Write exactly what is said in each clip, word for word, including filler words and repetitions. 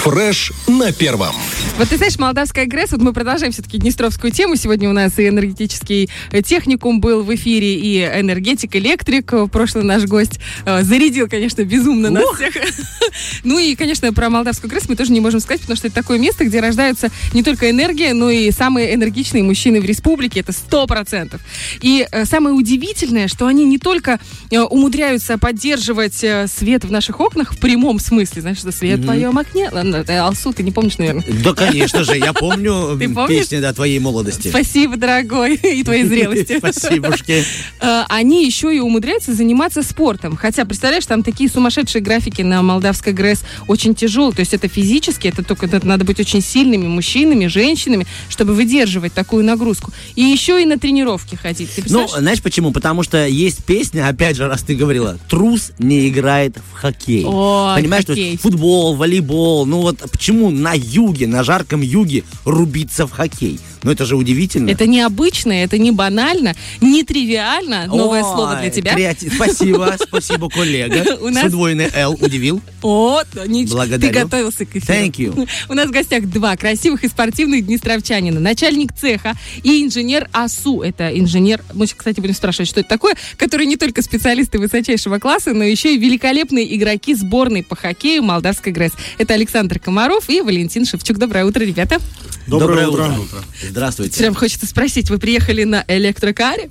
Фреш на первом. Вот ты знаешь, Молдавская ГРЭС, вот мы продолжаем все-таки днестровскую тему. Сегодня у нас и энергетический техникум был в эфире, и энергетик, электрик, прошлый наш гость, зарядил, конечно, безумно нас всех. Ну и, конечно, про Молдавскую ГРЭС мы тоже не можем сказать, потому что это такое место, где рождаются не только энергия, но и самые энергичные мужчины в республике, это сто процентов. И самое удивительное, что они не только умудряются поддерживать свет в наших окнах в прямом смысле, знаешь, что свет в твоем окне. Ладно, Алсу, ты не помнишь, наверное? Да, конечно же, я помню песни о твоей молодости. Спасибо, дорогой, и твоей зрелости. Спасибошки. Они еще и умудряются заниматься спортом. Хотя, представляешь, там такие сумасшедшие графики на Молдавской ГРЭС, очень тяжелые. То есть это физически, это только это надо быть очень сильными мужчинами, женщинами, чтобы выдерживать такую нагрузку. И еще и на тренировки ходить. Ты ну, знаешь почему? Потому что есть песня, опять же, раз ты говорила, трус не играет в хоккей. О, понимаешь, хоккей. То есть футбол, волейбол. Ну вот почему на юге, на жарком юге рубиться в хоккей? Ну это же удивительно. Это необычно, это не банально, не тривиально. Новое Ой, слово для тебя. Креатив. Спасибо, спасибо, коллега. С удвоенной L удивил. О, ничего. Благодарю. Ты готовился к эфиру. Thank you. У нас в гостях два красивых и спортивных днестровчанина. Начальник цеха и инженер АСУ. Это инженер, мы, кстати, будем спрашивать, что это такое, который не только специалисты высочайшего класса, но еще и великолепные игроки сборной по хоккею Молдавской ГРЭС. Это Александр Комаров и Валентин Шевчук. Доброе утро, ребята. Доброе, Доброе утро. утро. Здравствуйте. Прям хочется спросить, вы приехали на электрокаре?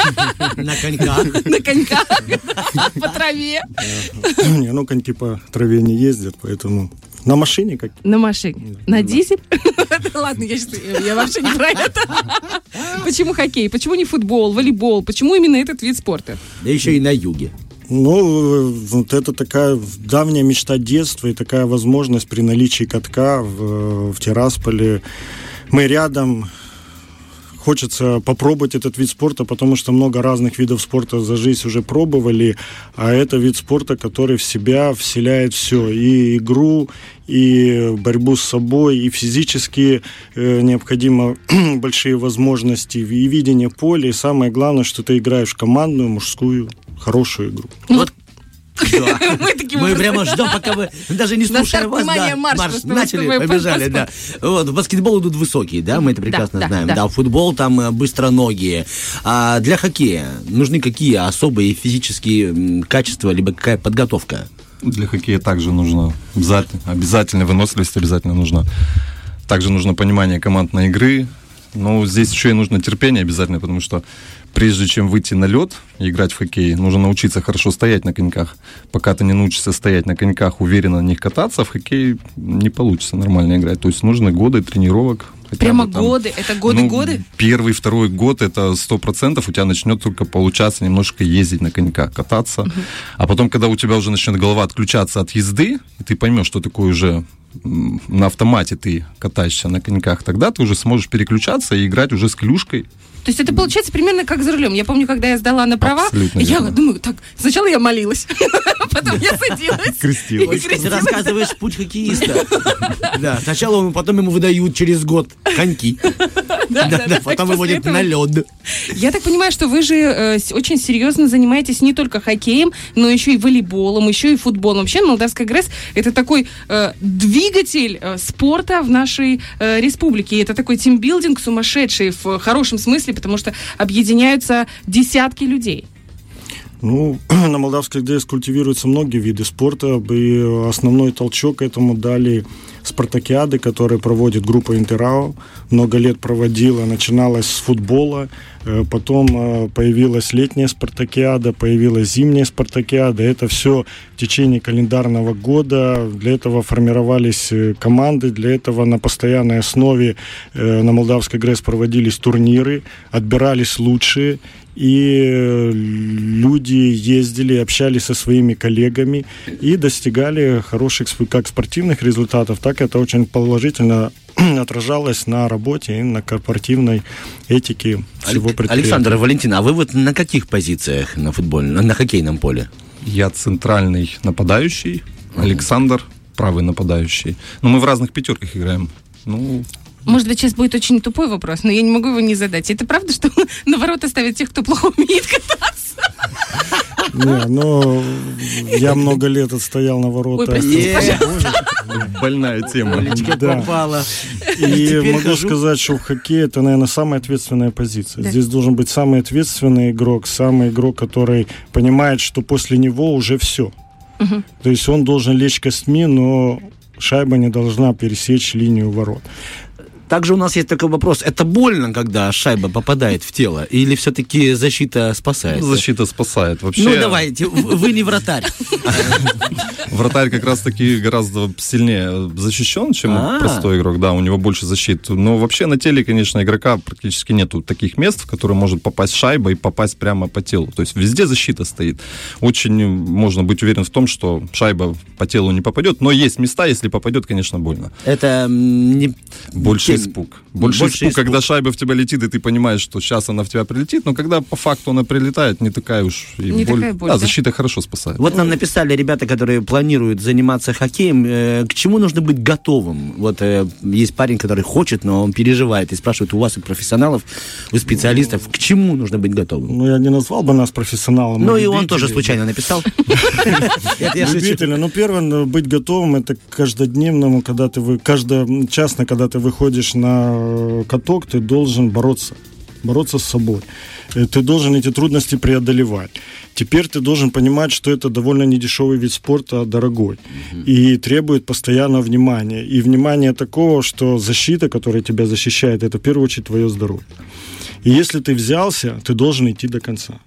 На коньках. На коньках? По траве? Не, ну коньки по траве не ездят, поэтому... На машине как? На машине. На дизель? Ладно, я вообще не про это. Почему хоккей? Почему не футбол, волейбол? Почему именно этот вид спорта? Да еще и на юге. Ну, вот это такая давняя мечта детства и такая возможность при наличии катка в, в Тирасполе. Мы рядом. Хочется попробовать этот вид спорта, потому что много разных видов спорта за жизнь уже пробовали, а это вид спорта, который в себя вселяет все. И игру, и борьбу с собой, и физически э, необходимо большие возможности, и видение поля, и самое главное, что ты играешь в командную, мужскую, хорошую игру. Вот. Да. Мы, мы прямо ждем, пока вы, даже не слушая вас, да, марш, марш, начали, побежали, да. Вот, в баскетбол идут высокие, да, мы это прекрасно да, знаем. Да, да. да, футбол там быстроногие. А для хоккея нужны какие особые физические качества, либо какая подготовка? Для хоккея также нужно обязательно, обязательно выносливость обязательно нужна. Также нужно понимание командной игры. Но здесь еще и нужно терпение обязательно, потому что прежде чем выйти на лед и играть в хоккей, нужно научиться хорошо стоять на коньках. Пока ты не научишься стоять на коньках, уверенно на них кататься, в хоккей не получится нормально играть. То есть нужны годы тренировок. Прямо бы, там, годы? Это годы-годы? Ну, первый, второй год это сто процентов у тебя начнет только получаться немножко ездить на коньках, кататься. Uh-huh. А потом, когда у тебя уже начнет голова отключаться от езды, и ты поймешь, что такое уже на автомате ты катаешься на коньках, тогда ты уже сможешь переключаться и играть уже с клюшкой. То есть это получается примерно как за рулем. Я помню, когда я сдала на права, абсолютно я верно. думаю, так, сначала я молилась, потом я садилась. Крестилась. Ты рассказываешь путь хоккеиста. Да, сначала, потом ему выдают через год коньки. Да, потом выводят на лед. Я так понимаю, что вы же очень серьезно занимаетесь не только хоккеем, но еще и волейболом, еще и футболом. Вообще, Молдавская ГРЭС — это такой двигатель спорта в нашей республике. И это такой тимбилдинг сумасшедший в хорошем смысле, потому что объединяются десятки людей. Ну, на Молдавской ГРЭС культивируются многие виды спорта, и основной толчок этому дали спартакиады, которые проводит группа Интерао. Много лет проводила, начиналась с футбола, потом появилась летняя спартакиада, появилась зимняя спартакиада. Это все в течение календарного года. Для этого формировались команды, для этого на постоянной основе на Молдавской ГРЭС проводились турниры, отбирались лучшие. И люди ездили, общались со своими коллегами и достигали хороших как спортивных результатов, так это очень положительно отражалось на работе и на корпоративной этике всего предприятия. Александр, Валентина, а вы вот на каких позициях на футбольном, на хоккейном поле? Я центральный нападающий, Александр правый нападающий. Но мы в разных пятерках играем. Ну... Может быть, сейчас будет очень тупой вопрос, но я не могу его не задать. Это правда, что на ворота ставят тех, кто плохо умеет кататься? Не, ну, я много лет отстоял на воротах. Больная тема. Попала. И могу сказать, что в хоккее это, наверное, самая ответственная позиция. Здесь должен быть самый ответственный игрок, самый игрок, который понимает, что после него уже все. То есть он должен лечь костьми, но шайба не должна пересечь линию ворот. Также у нас есть такой вопрос. Это больно, когда шайба попадает в тело? Или все-таки защита спасает? Защита спасает. Вообще... Ну, давайте, вы не вратарь. Вратарь как раз-таки гораздо сильнее защищен, чем А-а-а. простой игрок. Да, у него больше защиты. Но вообще на теле, конечно, игрока практически нету таких мест, в которые может попасть шайба и попасть прямо по телу. То есть везде защита стоит. Очень можно быть уверен в том, что шайба по телу не попадет. Но есть места, если попадет, конечно, больно. Это не... Больше испуг. Больше, Больше испуг, испуг, когда шайба в тебя летит, и ты понимаешь, что сейчас она в тебя прилетит, но когда по факту она прилетает, не такая уж и не боль. Такая боль. Да, да, защита хорошо спасает. Вот нам написали ребята, которые планируют заниматься хоккеем, э, к чему нужно быть готовым? Вот э, есть парень, который хочет, но он переживает и спрашивает у вас, у профессионалов, у специалистов, к чему нужно быть готовым? Ну, я не назвал бы нас профессионалом. Ну, и он тоже случайно написал. Любителя. Ну, первое, быть готовым, это каждодневному, когда ты, каждочасно, когда ты выходишь на каток, ты должен бороться. Бороться с собой. Ты должен эти трудности преодолевать. Теперь ты должен понимать, что это довольно недешевый вид спорта, а дорогой. Mm-hmm. И требует постоянного внимания. И внимания такого, что защита, которая тебя защищает, это в первую очередь твое здоровье. И если ты взялся, ты должен идти до конца.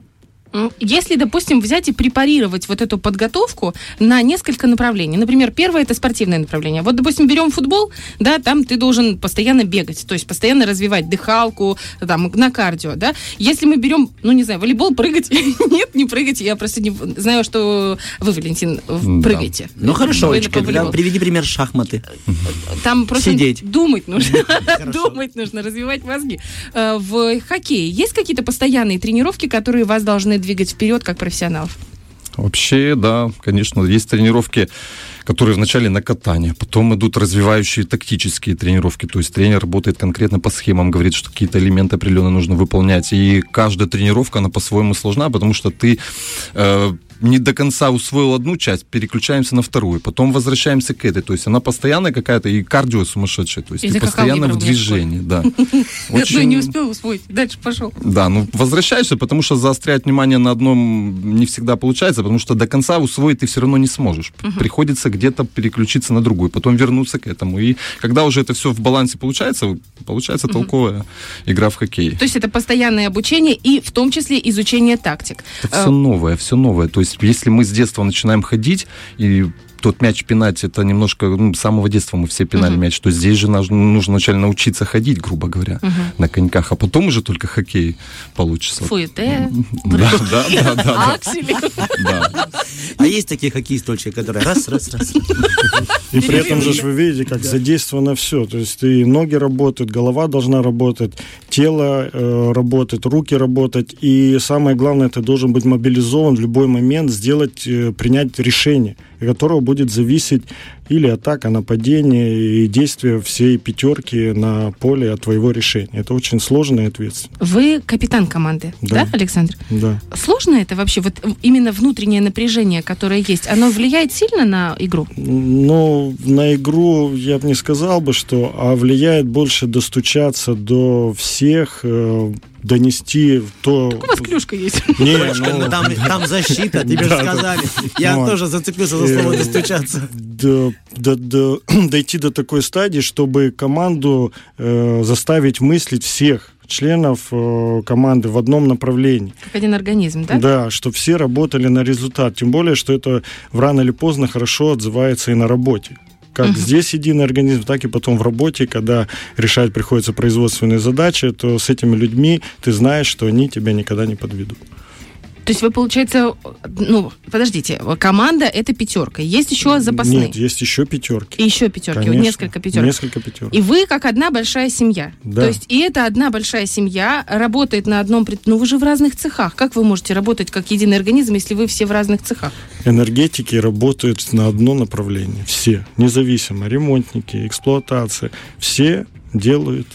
Если, допустим, взять и препарировать вот эту подготовку на несколько направлений. Например, первое – это спортивное направление. Вот, допустим, берем футбол, да, там ты должен постоянно бегать, то есть постоянно развивать дыхалку, там, на кардио, да. Если мы берем, ну, не знаю, волейбол, прыгать? Нет, не прыгать. Я просто не знаю, что вы, Валентин, прыгаете. Да. Ну, хорошо, Очка, да, приведи пример шахматы. Там просто Сидеть. думать нужно. Думать нужно, развивать мозги. В хоккее есть какие-то постоянные тренировки, которые вас должны двигать вперед как профессионалов? Вообще, да, конечно, есть тренировки, которые вначале на катание, потом идут развивающие тактические тренировки, то есть тренер работает конкретно по схемам, говорит, что какие-то элементы определенные нужно выполнять, и каждая тренировка, она по-своему сложна, потому что ты э, не до конца усвоил одну часть, переключаемся на вторую, потом возвращаемся к этой, то есть она постоянная какая-то, и кардио сумасшедшее, то есть ты постоянно в движении, да. Я не успел усвоить, дальше пошел. Да, ну возвращаешься, потому что заострять внимание на одном не всегда получается, потому что до конца усвоить ты все равно не сможешь. Приходится где-то переключиться на другую, потом вернуться к этому. И когда уже это все в балансе получается, получается толковая игра в хоккей. То есть это постоянное обучение и в том числе изучение тактик. Это все новое, все новое. То есть если мы с детства начинаем ходить и тот мяч пинать, это немножко, ну, с самого детства мы все пинали uh-huh. мяч, то здесь же нужно, нужно вначале научиться ходить, грубо говоря, uh-huh. на коньках, а потом уже только хоккей получится. Фуэте, да, да, да, да, аксели. Да. А есть такие хоккеисты, которые раз, раз, раз. И при этом же вы видите, как задействовано все. То есть и ноги работают, голова должна работать, тело э, работает, руки работать. И самое главное, ты должен быть мобилизован в любой момент, сделать, э, принять решение, от которого будет зависеть или атака, нападение и действия всей пятерки на поле от твоего решения. Это очень сложно и ответственно. Вы капитан команды, да, да Александр? Да. Сложно это вообще? Вот именно внутреннее напряжение, которое есть, оно влияет сильно на игру? Ну, на игру я бы не сказал бы, что, а влияет больше достучаться до всех, э, донести то... Так у вас клюшка есть. Не, ну... там, там защита, тебе же сказали. Я вот. тоже зацепился за слово «достучаться». До, до, до, дойти до такой стадии, чтобы команду э, заставить мыслить всех членов э, команды в одном направлении. Как один организм, да? Да, чтобы все работали на результат. Тем более, что это рано или поздно хорошо отзывается и на работе. Как uh-huh. здесь единый организм, так и потом в работе, когда решать приходится производственные задачи, то с этими людьми ты знаешь, что они тебя никогда не подведут. То есть вы, получается, ну, подождите, команда — это пятерка, есть еще запасные? Нет, есть еще пятерки. И еще пятерки, Конечно, несколько пятерок. Несколько пятерок. И вы как одна большая семья. Да. То есть и эта одна большая семья работает на одном... Ну, вы же в разных цехах. Как вы можете работать как единый организм, если вы все в разных цехах? Энергетики работают на одно направление. Все. Независимо. Ремонтники, эксплуатация. Все делают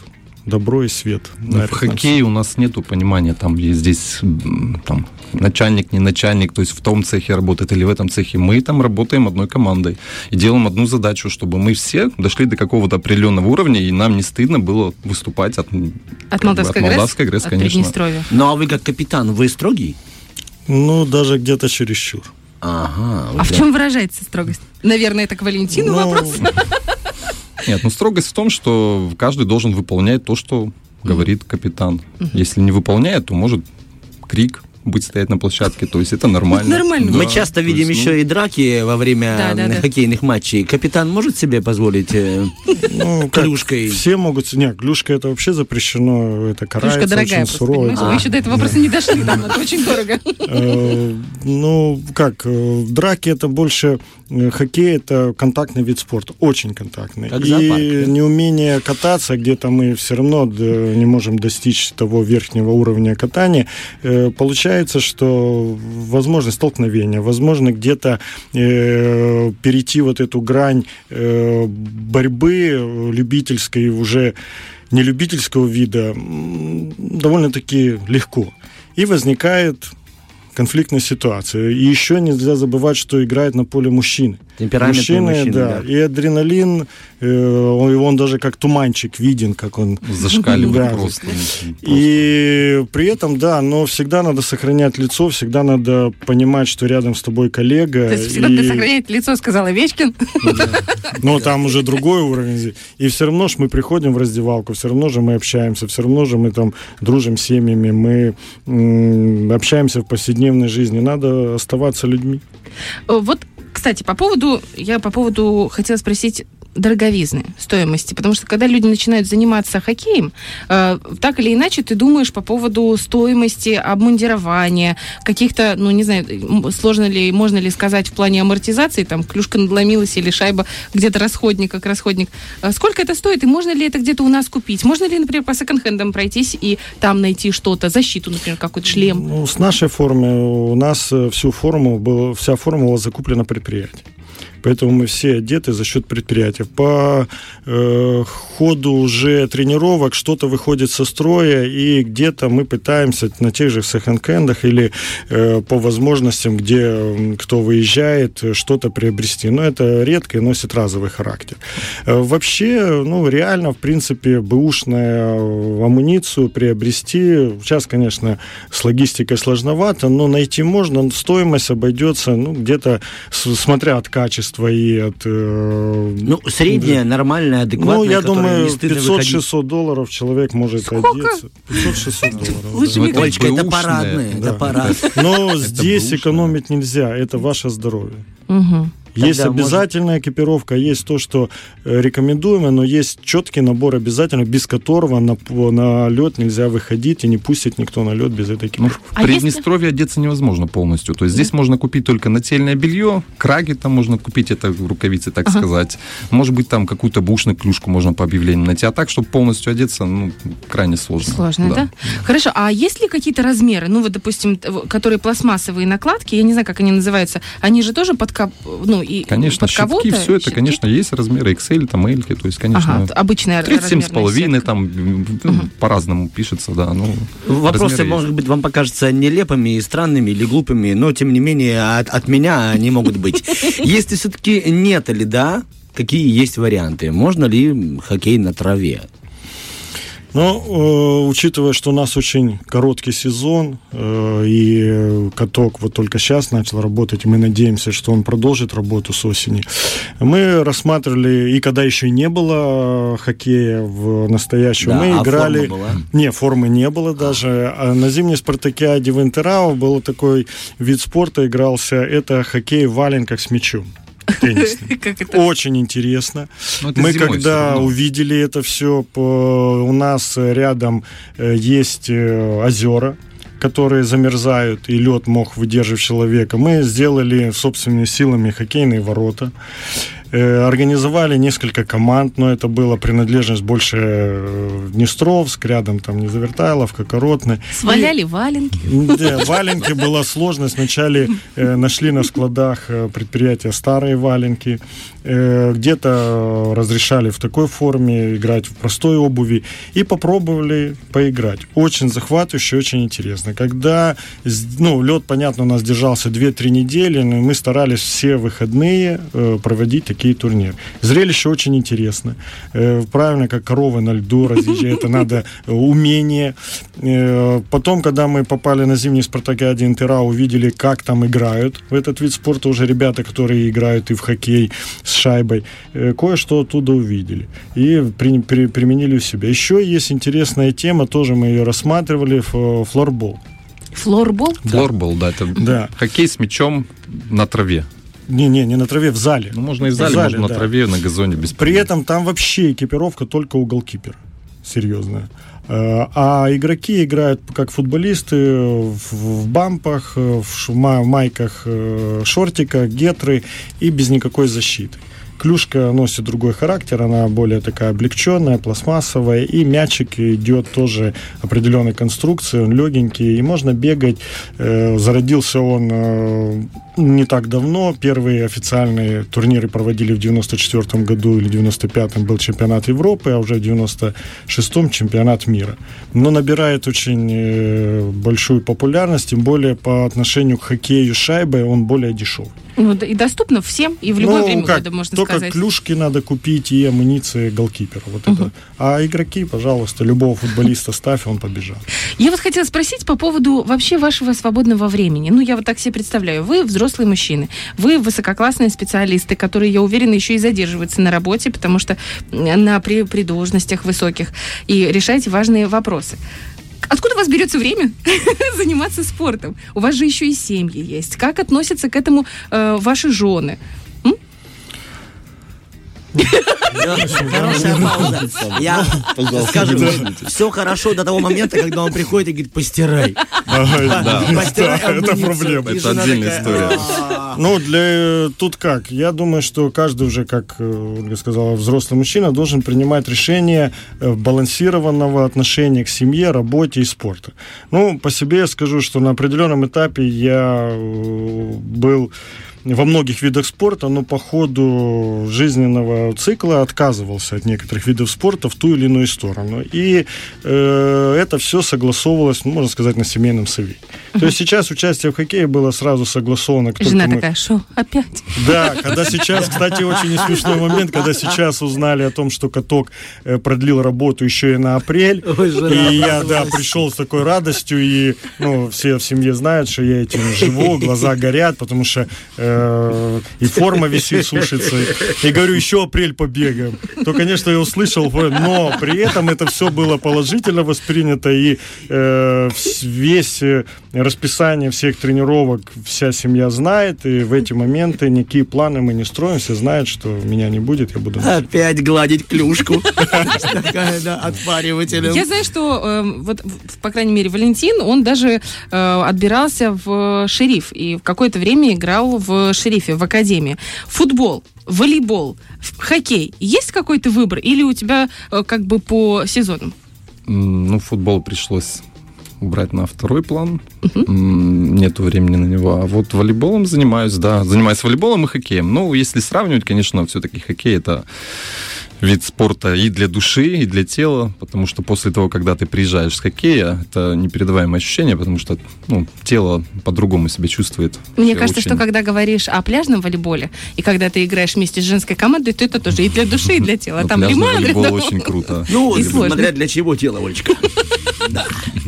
добро и свет. В хоккее у нас нету понимания, там здесь там, начальник, не начальник, то есть в том цехе работает или в этом цехе. Мы там работаем одной командой и делаем одну задачу, чтобы мы все дошли до какого-то определенного уровня, и нам не стыдно было выступать от, от Молдавской ГРЭС, от Приднестровья. Ну, а вы как капитан, вы строгий? Ну, даже где-то чересчур. Ага. А в чем выражается строгость? Наверное, это к Валентину ну... вопрос. Нет, ну строгость в том, что каждый должен выполнять то, что говорит капитан. Если не выполняет, то может крик быть стоять на площадке, то есть это нормально. Нормально. Да. Мы часто видим есть, еще ну... и драки во время да, да, хоккейных да. матчей. Капитан может себе позволить э, ну, клюшкой? Все могут. Нет, клюшка это вообще запрещено, это карается клюшка дорогая, очень сурово. А. Вы еще до этого вопроса не дошли, нам это очень дорого. Ну, как, в драке это больше... Хоккей это контактный вид спорта, очень контактный. Как и зоопарк, да? неумение кататься, где-то мы все равно не можем достичь того верхнего уровня катания, получается, что возможно столкновение, возможно где-то э, перейти вот эту грань э, борьбы любительской, уже не любительского вида, довольно-таки легко. И возникает конфликтная ситуация. И еще нельзя забывать, что играет на поле мужчины. Темпераментные мужчины, мужчины, да. да. И адреналин, э, он, он даже как туманчик виден, как он... Зашкаливает да. просто. И при этом, да, но всегда надо сохранять лицо, всегда надо понимать, что рядом с тобой коллега. То есть всегда надо сохранять лицо, сказал Овечкин. Но там уже другой уровень. И все равно же мы приходим в раздевалку, все равно же мы общаемся, все равно же мы там дружим с семьями, мы м- общаемся в повседневной жизни. Надо оставаться людьми. Вот, кстати, по поводу, я по поводу хотела спросить дороговизны, стоимости, потому что когда люди начинают заниматься хоккеем, э, так или иначе ты думаешь по поводу стоимости обмундирования, каких-то, ну, не знаю, сложно ли, можно ли сказать в плане амортизации, там, клюшка надломилась или шайба где-то расходник, как расходник. Э, сколько это стоит и можно ли это где-то у нас купить? Можно ли, например, по секонд-хендам пройтись и там найти что-то, защиту, например, какой-то шлем? Ну, с нашей формы, у нас всю форму, была, вся форма была закуплена предприятием. Поэтому мы все одеты за счет предприятия. По э, ходу уже тренировок что-то выходит со строя, и где-то мы пытаемся на тех же секонд-хендах или э, по возможностям, где кто выезжает, что-то приобрести. Но это редко и носит разовый характер. Э, вообще, ну, реально, в принципе, бэушную амуницию приобрести. Сейчас, конечно, с логистикой сложновато, но найти можно. Стоимость обойдется, ну, где-то, смотря от качества и от... Э, ну, средняя, нормальная, адекватная. Ну, я думаю, пятьсот-шестьсот долларов человек может Сколько? одеться. пятьсот-шестьсот долларов. Лучше да. Олечка, это парадные. Да. Это парад. Но это здесь бушная. Экономить нельзя. Это ваше здоровье. Угу. Есть Тогда обязательная может... экипировка, есть то, что рекомендуемо, но есть четкий набор обязательно, без которого на, на лед нельзя выходить, и не пустит никто на лед без этой экипировки. Ну, в а Приднестровье если... одеться невозможно полностью. То есть здесь да. можно купить только нательное белье, краги там можно купить, это рукавицы, так ага. сказать. Может быть, там какую-то бушную клюшку можно по объявлению найти. А так, чтобы полностью одеться, ну, крайне сложно. Сложно, да? да? Хорошо, а есть ли какие-то размеры, ну, вот, допустим, которые пластмассовые накладки, я не знаю, как они называются, они же тоже под... Ну, и конечно, щитки, все это, щитки? Конечно, есть размеры икс эль, там, эль, то есть, конечно... Ага, обычная тридцать семь с половиной, там, угу. по-разному пишется, да. Ну, вопросы, может быть, вам покажутся нелепыми, странными или глупыми, но, тем не менее, от, от меня они могут быть. Если все-таки нет или да, какие есть варианты? Можно ли хоккей на траве? Но, э, учитывая, что у нас очень короткий сезон, э, и каток вот только сейчас начал работать, и мы надеемся, что он продолжит работу с осени, мы рассматривали, и когда еще не было хоккея в настоящем, да, мы а играли... Форма была? Не, формы не было даже. А на зимней спартакиаде в Интерау был такой вид спорта, игрался, это хоккей в валенках с мячом. Очень интересно. Мы когда увидели это все, по... у нас рядом есть озера, которые замерзают, и лед мог выдерживать человека. Мы сделали собственными силами хоккейные ворота. Организовали несколько команд, но это была принадлежность больше Днестровск, рядом там Незавертайловка, Коротны. Сваляли и, валенки. Да, валенки была сложность. Вначале э, нашли на складах предприятия старые валенки. где-то разрешали в такой форме играть, в простой обуви, и попробовали поиграть. Очень захватывающе, очень интересно. Когда, ну, лед, понятно, у нас держался две-три недели, но мы старались все выходные проводить такие турниры. Зрелище очень интересно. Правильно, как коровы на льду разъезжают, это надо умение. Потом, когда мы попали на зимний спартакиаде Интера, увидели, как там играют в этот вид спорта уже ребята, которые играют и в хоккей с шайбой, кое-что оттуда увидели и при, при, применили у себя. Еще есть интересная тема, тоже мы ее рассматривали, флорбол. Флорбол? Да. Флорбол, да, это да. Хоккей с мячом на траве. Не-не, не на траве, в зале. Ну, можно и в зале, в зале можно да. на траве, на газоне. Без При этом там вообще экипировка только у голкипера. Серьезная. А игроки играют как футболисты в, в бампах, в майках, шортиках, гетры и без никакой защиты. Клюшка носит другой характер, она более такая облегченная, пластмассовая, и мячик идет тоже определенной конструкции, он легенький, и можно бегать. Зародился он не так давно, первые официальные турниры проводили в девяносто четвёртом году или девяносто пятом был чемпионат Европы, а уже в девяносто шестом чемпионат мира. Но набирает очень большую популярность, тем более по отношению к хоккею с шайбой он более дешевый. Ну, и доступно всем, и в любое ну, время как, года, можно только сказать. Только клюшки надо купить и амуниции голкипера. Вот uh-huh. это. А игроки, пожалуйста, любого футболиста ставь, он побежал. Я вот хотела спросить по поводу вообще вашего свободного времени. Ну, я вот так себе представляю. Вы взрослые мужчины, вы высококлассные специалисты, которые, я уверена, еще и задерживаются на работе, потому что на, при, при должностях высоких, и решаете важные вопросы. Откуда у вас берется время заниматься спортом? У вас же еще и семьи есть. Как относятся к этому э, ваши жены? Хорошая пауза. Я скажу, все хорошо до того момента, когда он приходит и говорит, постирай. Это проблема. Это отдельная история. Ну, для тут как? Я думаю, что каждый уже, как Ольга сказала, взрослый мужчина должен принимать решение балансированного отношения к семье, работе и спорту. Ну, по себе я скажу, что на определенном этапе я был во многих видах спорта, но по ходу жизненного цикла отказывался от некоторых видов спорта в ту или иную сторону. И э, это все согласовывалось, ну, можно сказать, на семейном совете. Uh-huh. То есть сейчас участие в хоккее было сразу согласовано. Как Жена мы... такая, что, опять? Да, когда сейчас, кстати, очень смешной момент, когда сейчас узнали о том, что каток продлил работу еще и на апрель, Ой, и я, да, пришел с такой радостью, и, ну, все в семье знают, что я этим живу, глаза горят, потому что э, и форма висит, сушится. И говорю, еще апрель побегаем. То, конечно, я услышал, но при этом это все было положительно воспринято, и э, весь расписание всех тренировок вся семья знает, и в эти моменты никакие планы мы не строим, все знают, что меня не будет, я буду... Опять гладить клюшку. Отпаривателем. Я знаю, что, вот, по крайней мере, Валентин, он даже отбирался в шериф, и в какое-то время играл в шерифе, в академии. Футбол, волейбол, хоккей. Есть какой-то выбор? Или у тебя как бы по сезонам? Ну, футбол пришлось убрать на второй план. Uh-huh. Нету времени на него. А вот волейболом занимаюсь, да. Занимаюсь волейболом и хоккеем. Ну, если сравнивать, конечно, все-таки хоккей — это вид спорта и для души, и для тела, потому что после того, когда ты приезжаешь с хоккея, это непередаваемое ощущение, потому что, ну, тело по-другому себя чувствует. Мне кажется, очень... что когда говоришь о пляжном волейболе, и когда ты играешь вместе с женской командой, то это тоже и для души, и для тела. Но там пляжный лимон, волейбол рядом. Очень круто. Ну, смотря для чего тело, Олечка. Да.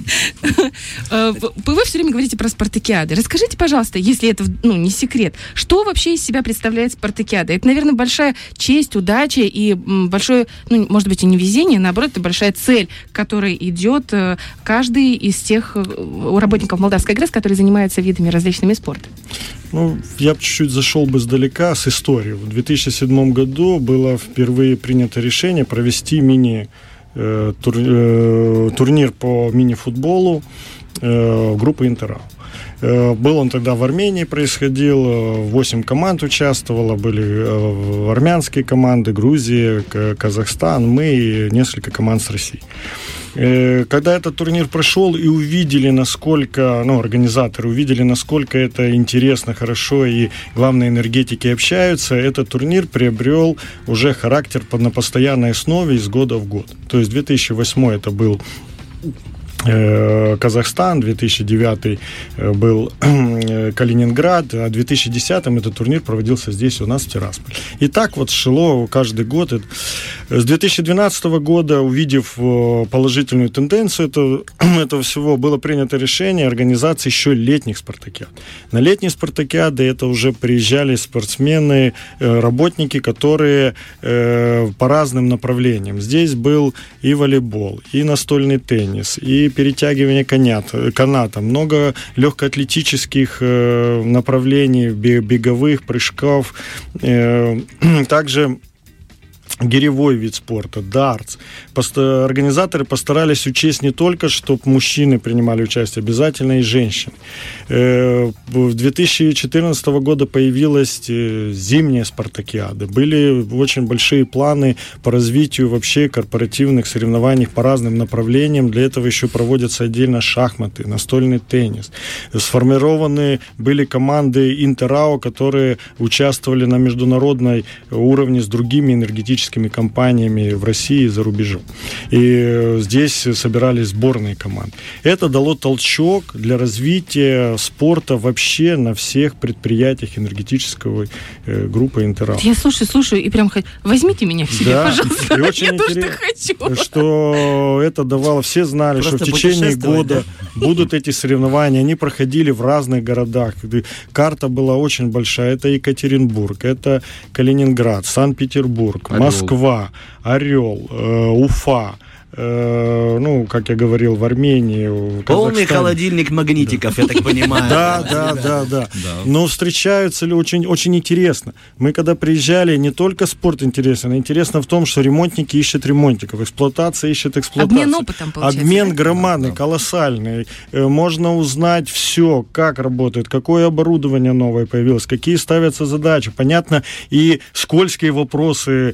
Вы все время говорите про спартакиады. Расскажите, пожалуйста, если это, ну, не секрет, что вообще из себя представляет спартакиада? Это, наверное, большая честь, удача и большое, ну, может быть, и не везение, наоборот, это большая цель, к которой идет каждый из тех работников Молдавской ГРЭС, которые занимаются видами различными спорта. Ну, я бы чуть-чуть зашел бы издалека с истории. В две тысячи седьмом году было впервые принято решение провести мини Тур, турнир по мини-футболу э, группы Интера. Был он тогда в Армении, происходил, восемь команд участвовало, были армянские команды, Грузия, Казахстан, мы и несколько команд с России. Когда этот турнир прошел и увидели, насколько, ну, организаторы увидели, насколько это интересно, хорошо и, главное, энергетики общаются, этот турнир приобрел уже характер на постоянной основе из года в год. То есть две тысячи восьмой это был Казахстан, две тысячи девятый был Калининград, а в две тысячи десятом этот турнир проводился здесь у нас в Тирасполе. И так вот шло каждый год. С две тысячи двенадцатого года, увидев положительную тенденцию этого, этого всего, было принято решение организации еще летних спартакиад. На летние спартакиады это уже приезжали спортсмены, работники, которые по разным направлениям. Здесь был и волейбол, и настольный теннис, и перетягивание канат, каната, много легкоатлетических э, направлений, беговых, прыжков, э, также гиревой вид спорта, дартс. Пост- организаторы постарались учесть не только, чтобы мужчины принимали участие, обязательно и женщины. Э- в две тысячи четырнадцатого года появилась э- зимняя спартакиада. Были очень большие планы по развитию вообще корпоративных соревнований по разным направлениям. Для этого еще проводятся отдельно шахматы, настольный теннис. Сформированы были команды Интерао, которые участвовали на международной уровне с другими энергетическими компаниями в России и за рубежом. И здесь собирались сборные команды. Это дало толчок для развития спорта вообще на всех предприятиях энергетической э, группы Интерао. Я слушаю, слушаю, и прям возьмите меня к себе, да, пожалуйста. И очень интересно, что это давало, все знали, просто что в течение года да? будут эти соревнования. Они проходили в разных городах. Карта была очень большая. Это Екатеринбург, это Калининград, Санкт-Петербург, Москва, Орел, э, Уфа, э, ну, как я говорил, в Армении, в полный холодильник магнитиков, да. Я так понимаю. Да, да, да, да. Но встречаются ли очень, очень интересно. Мы когда приезжали, не только спорт интересен, а интересно в том, что ремонтники ищут ремонтников, эксплуатация ищет эксплуатацию. Обмен опытом, получается. Обмен громадный, колоссальный. Можно узнать все, как работает, какое оборудование новое появилось, какие ставятся задачи. Понятно, и скользкие вопросы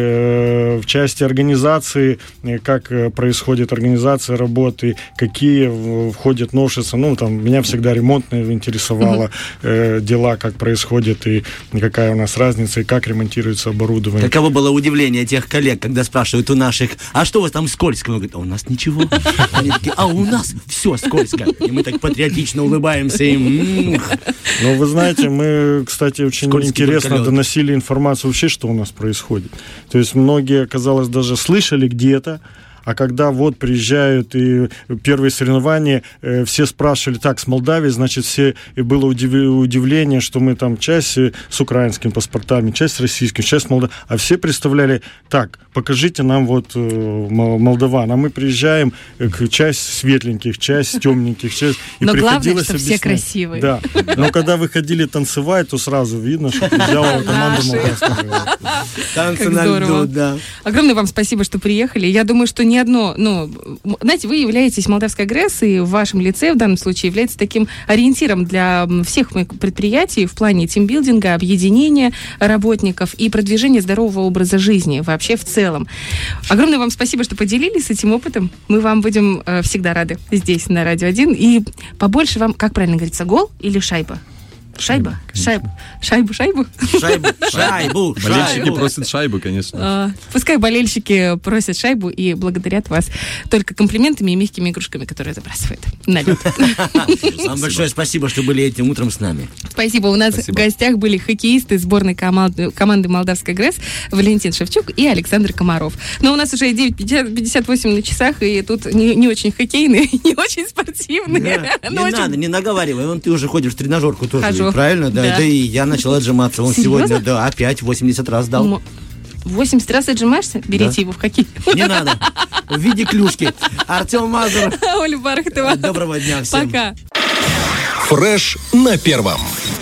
э, в части организации, как происходит организация работы, какие входят новшества. Ну, там, меня всегда ремонтное интересовало, э, дела, как происходит, и какая у нас разница, и как ремонтируется оборудование. Каково было удивление тех коллег, когда спрашивают у наших, а что у вас там скользко? Мы говорим, а у нас ничего. Они такие, а у нас все скользко. И мы так патриотично улыбаемся им. Ну, вы знаете, мы, кстати, очень интересно доносили информацию вообще, что у нас происходит. То есть многие, казалось, даже слышали где-то, а когда вот приезжают и первые соревнования, э, все спрашивали, так, с Молдавии, значит, все, и было удив... удивление, что мы там часть с украинскими паспортами, часть с российскими, часть с Молдавии, а все представляли, так, покажите нам вот э, молдаван, а мы приезжаем, э, часть светленьких, часть темненьких, часть... И но главное, что объяснять. Все красивые. Да, но когда выходили танцевать, то сразу видно, что приезжала команда молдавская. Танцы на льду, да. Огромное вам спасибо, что приехали. Я думаю, что ни одно, ну, знаете, вы являетесь Молдавской ГРЭС, и в вашем лице в данном случае является таким ориентиром для всех предприятий в плане тимбилдинга, объединения работников и продвижения здорового образа жизни вообще в целом. Огромное вам спасибо, что поделились этим опытом. Мы вам будем э, всегда рады здесь, на Радио один. И побольше вам, как правильно говорится, гол или шайба? Шайба? Шайбу. Шайбу, шайбу? Шайбу, шайбу. Болельщики шайбу. просят шайбу, конечно. А, пускай болельщики просят шайбу и благодарят вас только комплиментами и мягкими игрушками, которые забрасывают на лед. Вам большое спасибо, что были этим утром с нами. Спасибо. У нас Спасибо. в гостях были хоккеисты сборной команды, команды Молдавской ГРЭС Валентин Шевчук и Александр Комаров. Но у нас уже девять пятьдесят восемь на часах, и тут не, не очень хоккейные, не очень спортивные. Не, не очень... надо, не наговаривай. Вон ты уже ходишь в тренажерку тоже. Хожу. Правильно? Да. Да. Да и я начал отжиматься. Он Серьезно? сегодня, да, опять восемьдесят раз дал. восемьдесят раз отжимаешься? Берите Да. его в хоккей. Не надо. В виде клюшки. Артем Мазур. Оля Бархатова. Доброго дня всем. Пока. Фреш на первом.